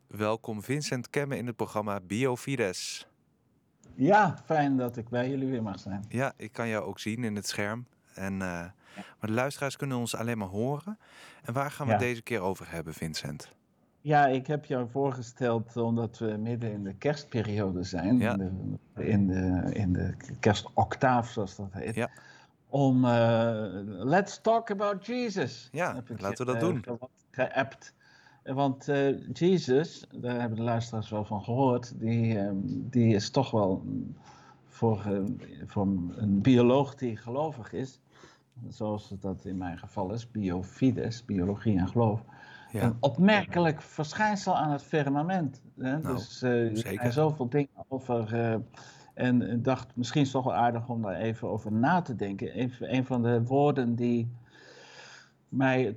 Welkom Vincent Kemme in het programma BioFides. Ja, fijn dat ik bij jullie weer mag zijn. Ja, ik kan jou ook zien in het scherm. Maar de luisteraars kunnen ons alleen maar horen. En waar gaan we het Ja. deze keer over hebben, Vincent? Ja, ik heb jou voorgesteld omdat we midden in de kerstperiode zijn, Ja. in de kerstoctaaf zoals dat heet, Ja. om let's talk about Jesus. Ja, heb ik laten we dat doen. geappt. Want Jesus, daar hebben de luisteraars wel van gehoord, die is toch wel voor een bioloog die gelovig is, zoals dat in mijn geval is, BioFides, biologie en geloof. Ja. Een opmerkelijk verschijnsel aan het firmament. Hè? Nou, dus er zeker. zijn zoveel dingen over. En dacht, misschien is het toch wel aardig om daar even over na te denken. Een van de woorden die mij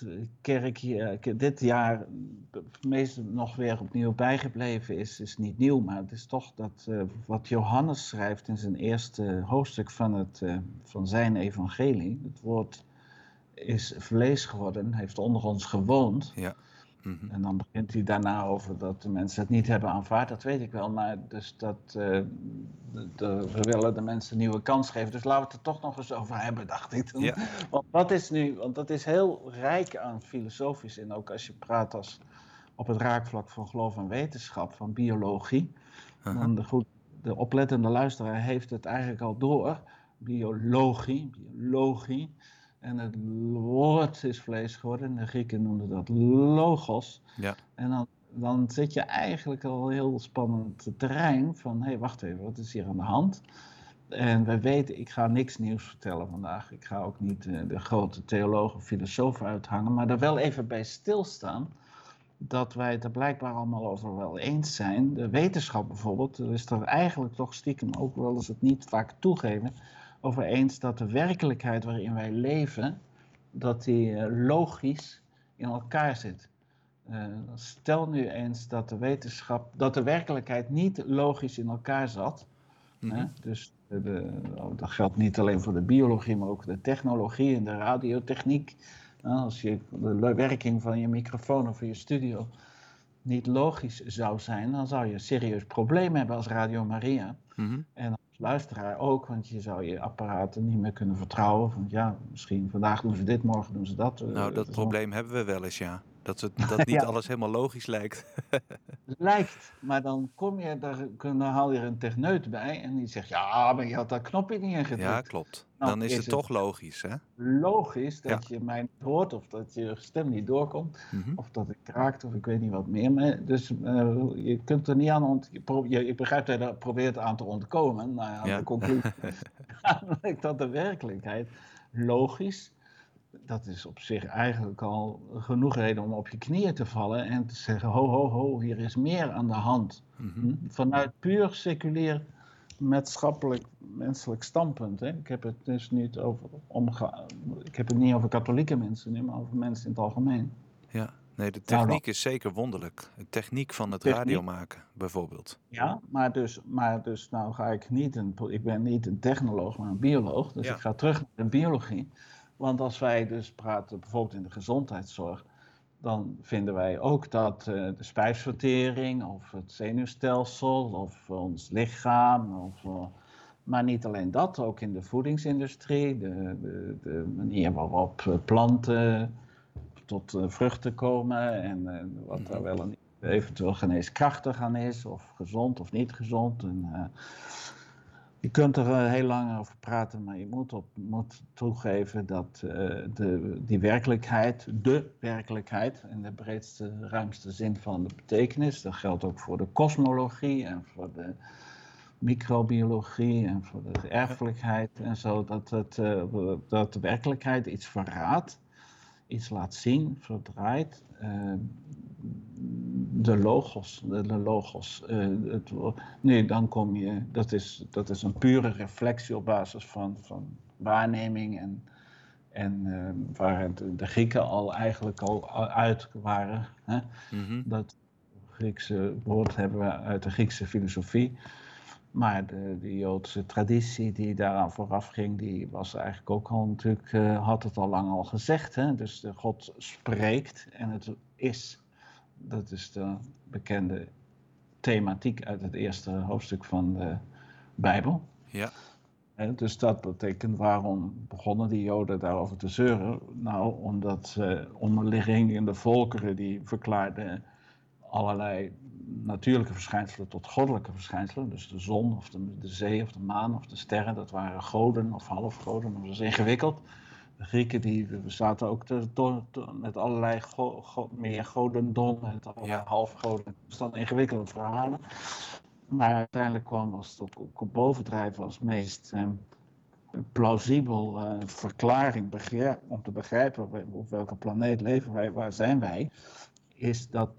dit jaar meestal nog weer opnieuw bijgebleven is niet nieuw, maar het is toch dat wat Johannes schrijft in zijn eerste hoofdstuk van zijn evangelie. Het woord is vlees geworden, heeft onder ons gewoond. Ja. Mm-hmm. En dan begint hij daarna over dat de mensen het niet hebben aanvaard, dat weet ik wel. Maar dus we willen de mensen een nieuwe kans geven. Dus laten we het er toch nog eens over hebben, dacht ik toen. Ja. Want dat is heel rijk aan filosofisch. En ook als je praat op het raakvlak van geloof en wetenschap, van biologie. Dan de oplettende luisteraar heeft het eigenlijk al door. Biologie. En het woord is vlees geworden. De Grieken noemden dat logos. Ja. En dan zit je eigenlijk al heel spannend terrein van, hé, wacht even, wat is hier aan de hand? En we weten, ik ga niks nieuws vertellen vandaag. Ik ga ook niet de grote theologen of filosofen uithangen, maar er wel even bij stilstaan dat wij het er blijkbaar allemaal over wel eens zijn. De wetenschap bijvoorbeeld, er is er eigenlijk toch stiekem, ook wel eens het niet vaak toegeven, over eens dat de werkelijkheid waarin wij leven, dat die logisch in elkaar zit. Stel nu eens dat de werkelijkheid niet logisch in elkaar zat. Mm-hmm. Dus dat geldt niet alleen voor de biologie, maar ook de technologie en de radiotechniek. Als de werking van je microfoon of van je studio niet logisch zou zijn, dan zou je een serieus probleem hebben als Radio Maria. Mm-hmm. En als luisteraar ook, want je zou je apparaten niet meer kunnen vertrouwen. Van ja, misschien vandaag doen ze dit, morgen doen ze dat. Nou, dat probleem hebben we wel eens, ja. Dat niet Ja. alles helemaal logisch lijkt. Lijkt, maar dan haal je er een techneut bij en die zegt, ja, maar je had dat knopje niet ingedrukt. Ja, klopt. Dan is het toch logisch, hè? Logisch dat je mij niet hoort, of dat je stem niet doorkomt, of dat het kraakt, of ik weet niet wat meer. Maar dus je kunt er niet aan ik begrijp dat je probeert aan te ontkomen, de conclusie namelijk dat de werkelijkheid logisch, dat is op zich eigenlijk al genoeg reden om op je knieën te vallen en te zeggen, ho, hier is meer aan de hand. Mm-hmm. Vanuit puur seculier menselijk standpunt. Hè? Ik heb het dus niet over katholieke mensen nu, maar over mensen in het algemeen. Ja, nee, de techniek is zeker wonderlijk. De techniek van het radio maken, bijvoorbeeld. Ja, maar dus nou ga ik ik ben niet een technoloog, maar een bioloog. Dus ik ga terug naar de biologie. Want als wij dus praten, bijvoorbeeld in de gezondheidszorg, dan vinden wij ook dat de spijsvertering of het zenuwstelsel of ons lichaam, maar niet alleen dat, ook in de voedingsindustrie, de manier waarop planten tot vruchten komen en wat daar wel eventueel geneeskrachtig aan is, of gezond of niet gezond. Je kunt er heel lang over praten, maar je moet toegeven dat die werkelijkheid, de werkelijkheid, in de breedste, ruimste zin van de betekenis, dat geldt ook voor de kosmologie en voor de microbiologie en voor de erfelijkheid en zo, dat de werkelijkheid iets verraadt, iets laat zien, verdraait. De logos. Dan kom je, dat is een pure reflectie op basis van waarneming en waar de Grieken eigenlijk al uit waren. Hè? Mm-hmm. Dat Griekse woord hebben we uit de Griekse filosofie. Maar de Joodse traditie die daaraan vooraf ging, die was eigenlijk ook al natuurlijk, had het al lang al gezegd. Hè? Dus God spreekt en het is. Dat is de bekende thematiek uit het eerste hoofdstuk van de Bijbel. Ja. Dus dat betekent, waarom begonnen die Joden daarover te zeuren? Nou, omdat onderligging in de volkeren die verklaarden allerlei natuurlijke verschijnselen tot goddelijke verschijnselen. Dus de zon of de zee of de maan of de sterren, dat waren goden of halfgoden. Dat was ingewikkeld. De Grieken die zaten ook met allerlei meer godendom, met allerlei halfgoden. Dat was dan ingewikkelde verhalen. Maar uiteindelijk kwam als het bovendrijven als meest plausibel verklaring om te begrijpen op welke planeet leven wij, waar zijn wij, is dat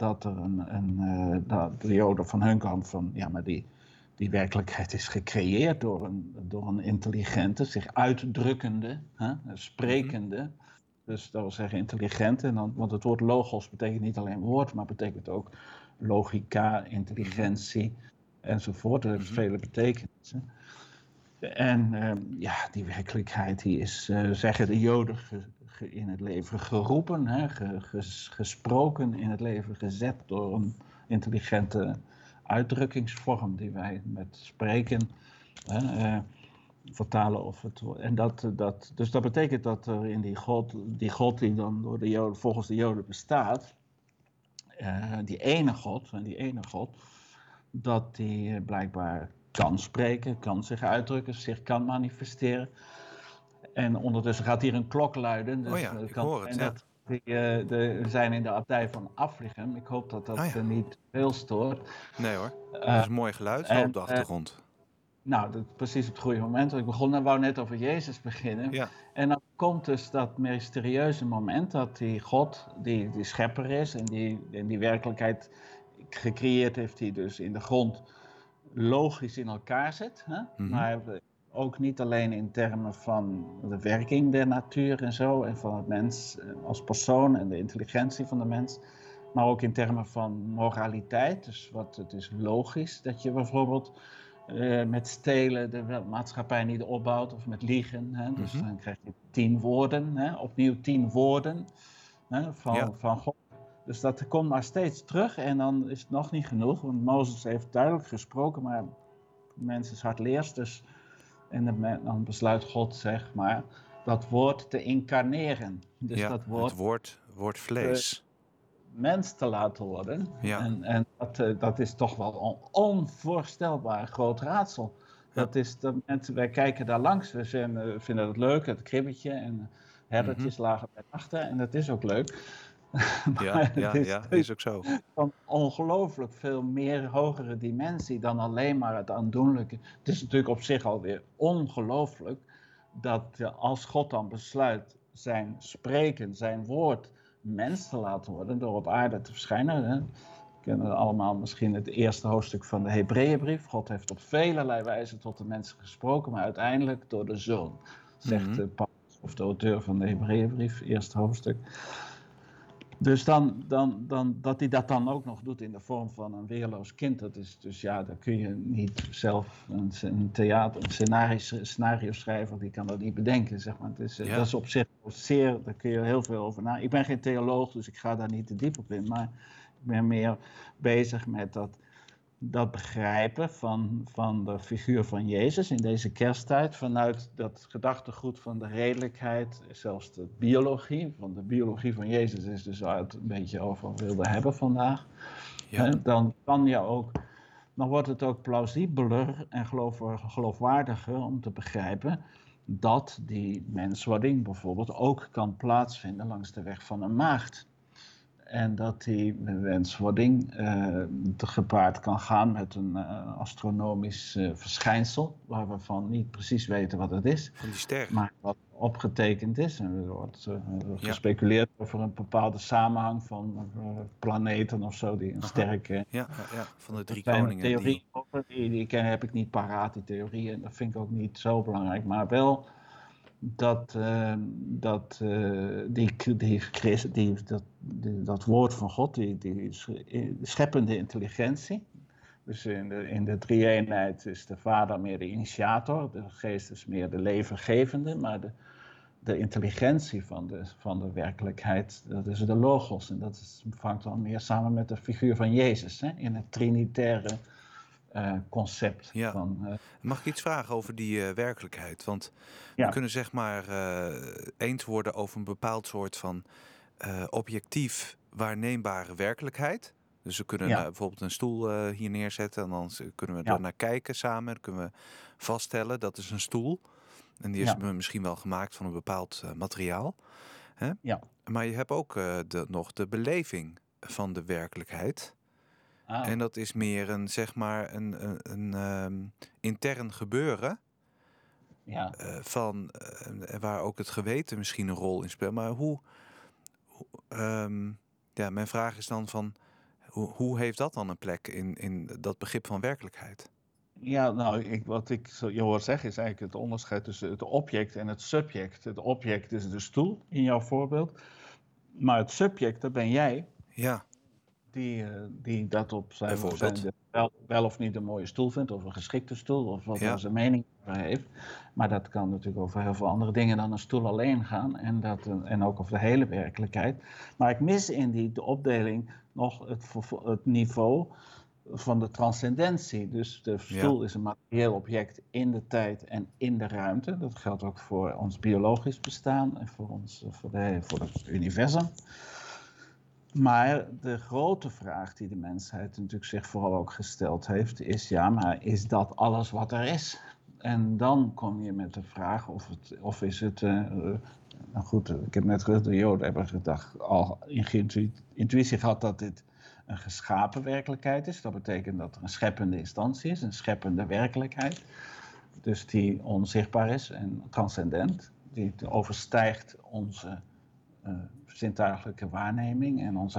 de Joden van hun kant van, ja, maar die werkelijkheid is gecreëerd door een intelligente, zich uitdrukkende, sprekende. Dus dat wil zeggen intelligente, want het woord logos betekent niet alleen woord, maar betekent ook logica, intelligentie enzovoort. Dat heeft vele betekenissen. En die werkelijkheid die is, zeggen de Joden, in het leven geroepen, gesproken, in het leven gezet door een intelligente uitdrukkingsvorm die wij met spreken vertalen. Dus dat betekent dat er in die God die dan door de Joden, volgens de Joden bestaat, die ene God, dat die blijkbaar kan spreken, kan zich uitdrukken, zich kan manifesteren. En ondertussen gaat hier een klok luiden. Dus ik hoor het, we zijn in de abdij van Affligem. Ik hoop dat dat niet veel stoort. Nee hoor, dat is een mooi geluid zo op de achtergrond. Nou, dat is precies op het goede moment. Ik wou net over Jezus beginnen. Ja. En dan komt dus dat mysterieuze moment dat die God, die schepper is en die werkelijkheid gecreëerd heeft, die dus in de grond logisch in elkaar zit. Hè? Maar ook niet alleen in termen van de werking der natuur en zo, en van het mens als persoon en de intelligentie van de mens, maar ook in termen van moraliteit. Dus het is logisch dat je bijvoorbeeld met stelen de maatschappij niet opbouwt, of met liegen. Hè? Dus dan krijg je 10 woorden, hè? Opnieuw 10 woorden van God. Dus dat komt maar steeds terug en dan is het nog niet genoeg, want Mozes heeft duidelijk gesproken, maar mens is hardleers, dus en dan besluit God, zeg maar, dat woord te incarneren. Dus dat woord, het woord vlees. Mens te laten worden. Ja. En dat is toch wel een onvoorstelbaar groot raadsel. Dat is wij kijken daar langs, we vinden het leuk, het kribbetje en herdertjes lagen bij achter en dat is ook leuk. Het is ook zo. Van ongelooflijk veel meer hogere dimensie dan alleen maar het aandoenlijke. Het is natuurlijk op zich alweer ongelooflijk dat als God dan besluit zijn spreken, zijn woord mens te laten worden door op aarde te verschijnen. Hè. We kennen allemaal misschien het eerste hoofdstuk van de Hebreeënbrief. God heeft op velerlei wijze tot de mensen gesproken, maar uiteindelijk door de Zoon, zegt Paulus, of de auteur van de Hebreeënbrief, eerste hoofdstuk. Dus dan dat hij dat dan ook nog doet in de vorm van een weerloos kind, dat is dus daar kun je niet zelf een scenario schrijver, die kan dat niet bedenken, zeg maar. Dat is op zich zeer, daar kun je heel veel over na. Ik ben geen theoloog, dus ik ga daar niet te diep op in, maar ik ben meer bezig met dat begrijpen van de figuur van Jezus in deze kersttijd, vanuit dat gedachtegoed van de redelijkheid, zelfs de biologie. Want de biologie van Jezus is dus waar het een beetje over wilde hebben vandaag. Ja. Dan wordt het ook plausibeler en geloofwaardiger om te begrijpen dat die menswording bijvoorbeeld ook kan plaatsvinden langs de weg van een maagd. En dat die menswording gepaard kan gaan met een astronomisch verschijnsel, waar we van niet precies weten wat het is. Van die ster. Maar wat opgetekend is. En er wordt gespeculeerd over een bepaalde samenhang van planeten of zo, die een sterke... Van de 3 koningen. Theorie over, die heb ik niet paraat, die theorie. En dat vind ik ook niet zo belangrijk. Maar wel dat woord van God, die scheppende intelligentie. Dus in de drie-eenheid is de Vader meer de initiator, de Geest is meer de levengevende, maar de intelligentie van de werkelijkheid, dat is de logos. En dat vangt dan meer samen met de figuur van Jezus, hè, in het trinitaire concept. Ja. Mag ik iets vragen over die werkelijkheid? Want we kunnen zeg maar eens worden over een bepaald soort van objectief waarneembare werkelijkheid. Dus we kunnen bijvoorbeeld een stoel hier neerzetten en dan kunnen we er naar kijken samen. Dan kunnen we vaststellen dat is een stoel. En die is misschien wel gemaakt van een bepaald materiaal. Hè? Ja. Maar je hebt ook nog de beleving van de werkelijkheid. En dat is meer een, zeg maar, een intern gebeuren. Ja. Waar ook het geweten misschien een rol in speelt. Maar mijn vraag is dan van, hoe heeft dat dan een plek in dat begrip van werkelijkheid? Ja, nou, wat ik je hoor zeggen is eigenlijk het onderscheid tussen het object en het subject. Het object is de stoel in jouw voorbeeld. Maar het subject, dat ben jij. Ja. Die dat op zijn wel of niet een mooie stoel vindt, of een geschikte stoel, of wat er zijn mening over heeft. Maar dat kan natuurlijk over heel veel andere dingen dan een stoel alleen gaan, en ook over de hele werkelijkheid. Maar ik mis in de opdeling nog het niveau van de transcendentie. Dus de stoel is een materieel object in de tijd en in de ruimte. Dat geldt ook voor ons biologisch bestaan en voor het universum. Maar de grote vraag die de mensheid natuurlijk zich vooral ook gesteld heeft, is maar is dat alles wat er is? En dan kom je met de vraag of is het... nou goed, ik heb net gezegd, de Joden hebben gedacht, al in intuïtie gehad dat dit een geschapen werkelijkheid is. Dat betekent dat er een scheppende instantie is, een scheppende werkelijkheid. Dus die onzichtbaar is en transcendent. Die overstijgt onze zintuigelijke waarneming en onze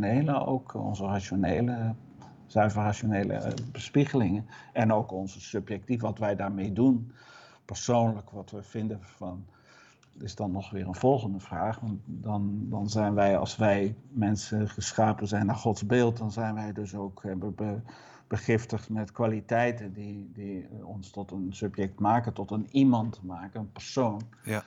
zuiver rationele bespiegelingen. En ook onze subjectief, wat wij daarmee doen, persoonlijk, wat we vinden van, is dan nog weer een volgende vraag. Want dan zijn wij, als wij mensen geschapen zijn naar Gods beeld, dan zijn wij dus ook begiftigd met kwaliteiten die ons tot een subject maken, tot een iemand maken, een persoon. Ja.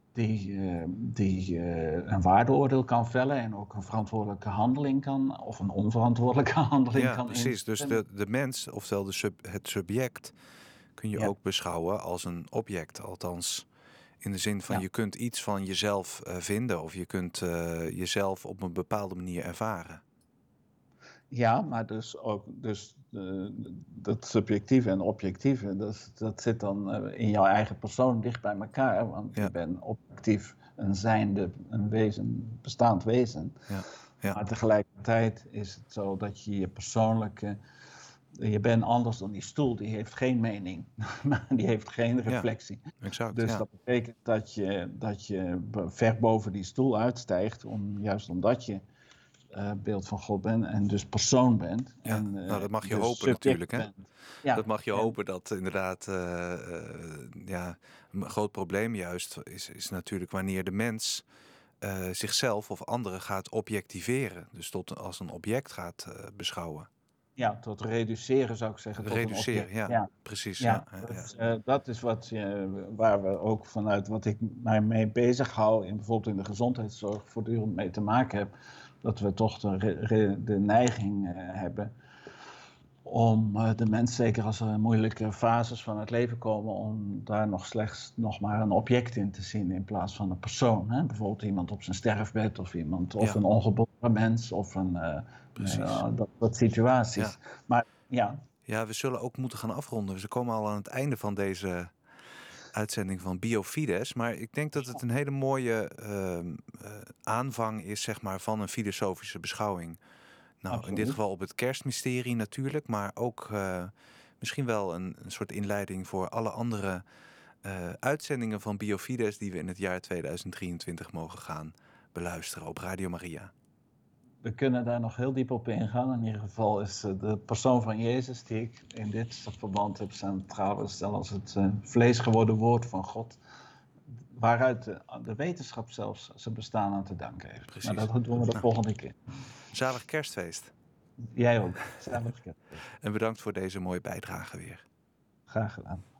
Die een waardeoordeel kan vellen en ook een verantwoordelijke handeling kan, of een onverantwoordelijke handeling kan precies. Dus de mens, oftewel het subject, kun je ook beschouwen als een object. Althans, in de zin van je kunt iets van jezelf vinden of je kunt jezelf op een bepaalde manier ervaren. Ja, maar dus ook dat subjectieve en objectieve, dat zit dan in jouw eigen persoon dicht bij elkaar. Want je bent objectief een wezen, bestaand wezen. Ja. Maar tegelijkertijd is het zo dat je persoonlijke... Je bent anders dan die stoel, die heeft geen mening. Die heeft geen reflectie. Exact, dus dat betekent dat je ver boven die stoel uitstijgt, juist omdat je beeld van God bent en dus persoon bent. Ja, en, dat mag je dus hopen natuurlijk. Hè? Ja, dat mag je hopen dat inderdaad een groot probleem juist is natuurlijk wanneer de mens zichzelf of anderen gaat objectiveren. Dus als een object gaat beschouwen. Ja, tot reduceren zou ik zeggen. Reduceren, precies. Dat is waar we ook vanuit wat ik mij mee bezig hou, bijvoorbeeld in de gezondheidszorg, voortdurend mee te maken heb. Dat we toch de neiging hebben om de mens, zeker als er moeilijke fases van het leven komen, om daar nog maar een object in te zien in plaats van een persoon. Hè? Bijvoorbeeld iemand op zijn sterfbed of een ongeboren mens of dat situaties. Ja. Maar we zullen ook moeten gaan afronden. We komen al aan het einde van deze uitzending van Biofides. Maar ik denk dat het een hele mooie aanvang is, zeg maar, van een filosofische beschouwing. Nou, absoluut. In dit geval op het kerstmysterie natuurlijk, maar ook misschien wel een soort inleiding voor alle andere uitzendingen van Biofides die we in het jaar 2023 mogen gaan beluisteren op Radio Maria. We kunnen daar nog heel diep op ingaan. In ieder geval is de persoon van Jezus, die ik in dit verband heb centraal stellen als het vlees geworden woord van God, waaruit de wetenschap zelfs zijn bestaan aan te danken heeft. Precies. Maar dat doen we de volgende keer. Zalig kerstfeest. Jij ook. Zalig kerstfeest. En bedankt voor deze mooie bijdrage weer. Graag gedaan.